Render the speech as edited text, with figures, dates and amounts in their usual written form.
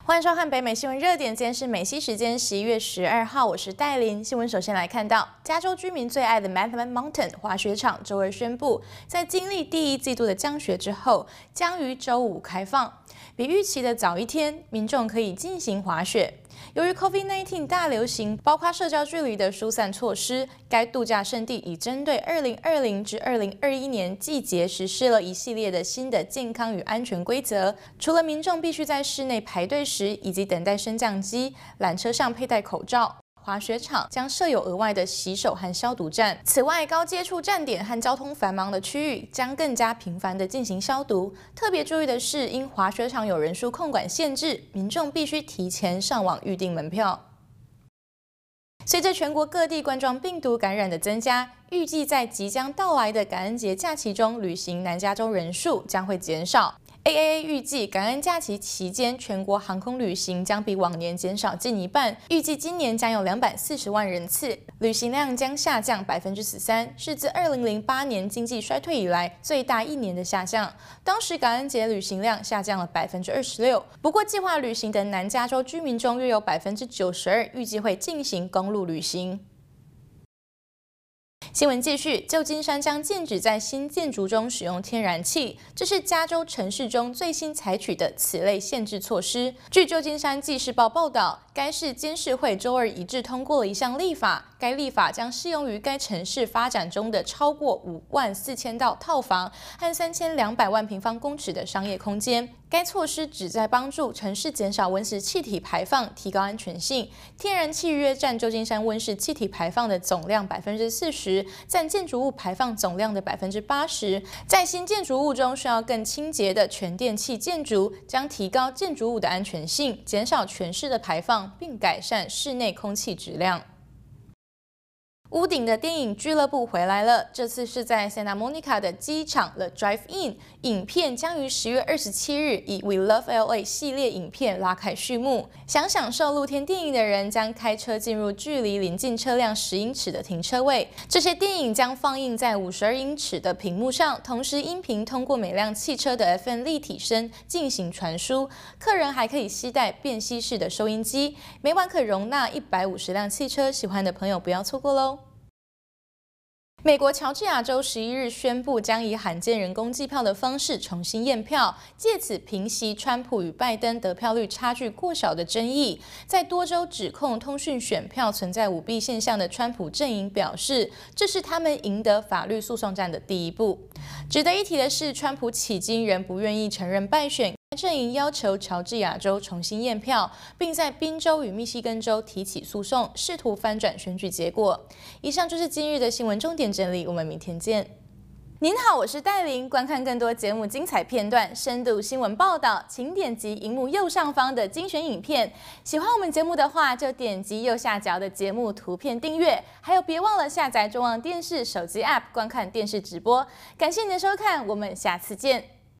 欢迎收看北美新闻热点，今天是美西时间11月12号，我是戴琳。新闻首先来看到，加州居民最爱的 Madman Mountain 滑雪场周二宣布，在经历第一季度的降雪之后，将于周五开放，比预期的早一天，民众可以进行滑雪。由于 COVID-19 大流行，包括社交距离的疏散措施，该度假胜地已针对2020至2021年季节实施了一系列的新的健康与安全规则。除了民众必须在室内排队时以及等待升降机、缆车上佩戴口罩。滑雪场将设有额外的洗手和消毒站。此外，高接触站点和交通繁忙的区域将更加频繁地进行消毒。特别注意的是，因滑雪场有人数控管限制，民众必须提前上网预订门票。随着全国各地冠状病毒感染的增加，预计在即将到来的感恩节假期中，旅行南加州人数将会减少。AAA 预计感恩假期期间，全国航空旅行将比往年减少近一半，预计今年将有240万人次，旅行量将下降13%，是自2008年经济衰退以来最大一年的下降。当时感恩节旅行量下降了26%，不过计划旅行的南加州居民中约有92%预计会进行公路旅行。新闻继续，旧金山将禁止在新建筑中使用天然气，这是加州城市中最新采取的此类限制措施。据旧金山纪事报报道，该市监事会周二一致通过了一项立法，该立法将适用于该城市发展中的超过54000套套房和3200万平方公尺的商业空间。该措施旨在帮助城市减少温室气体排放，提高安全性。天然气约占旧金山温室气体排放的总量40%，占建筑物排放总量的80%。在新建筑物中需要更清洁的全电气建筑，将提高建筑物的安全性，减少全市的排放，并改善室内空气质量。屋顶的电影俱乐部回来了，这次是在 Santa Monica 的机场 The Drive-In。影片将于10月27日以 We Love LA 系列影片拉开序幕。想享受露天电影的人将开车进入距离临近车辆10英尺的停车位，这些电影将放映在52英尺的屏幕上，同时音频通过每辆汽车的 FM 立体声进行传输。客人还可以携带便携式的收音机，每晚可容纳150辆汽车，喜欢的朋友不要错过喽。美国乔治亚州11日宣布，将以罕见人工计票的方式重新验票，借此平息川普与拜登得票率差距过小的争议。在多州指控通讯选票存在舞弊现象的川普阵营表示，这是他们赢得法律诉讼战的第一步。值得一提的是，川普迄今仍不愿意承认败选。阵营要求乔治亚州重新验票，并在宾州与密西根州提起诉讼，试图翻转选举结果。以上就是今日的新闻重点整理，我们明天见。您好，我是戴琳。观看更多节目精彩片段、深度新闻报道，请点击荧幕右上方的精选影片。喜欢我们节目的话，就点击右下角的节目图片订阅，还有别忘了下载中望电视手机 App 观看电视直播。感谢您的收看，我们下次见。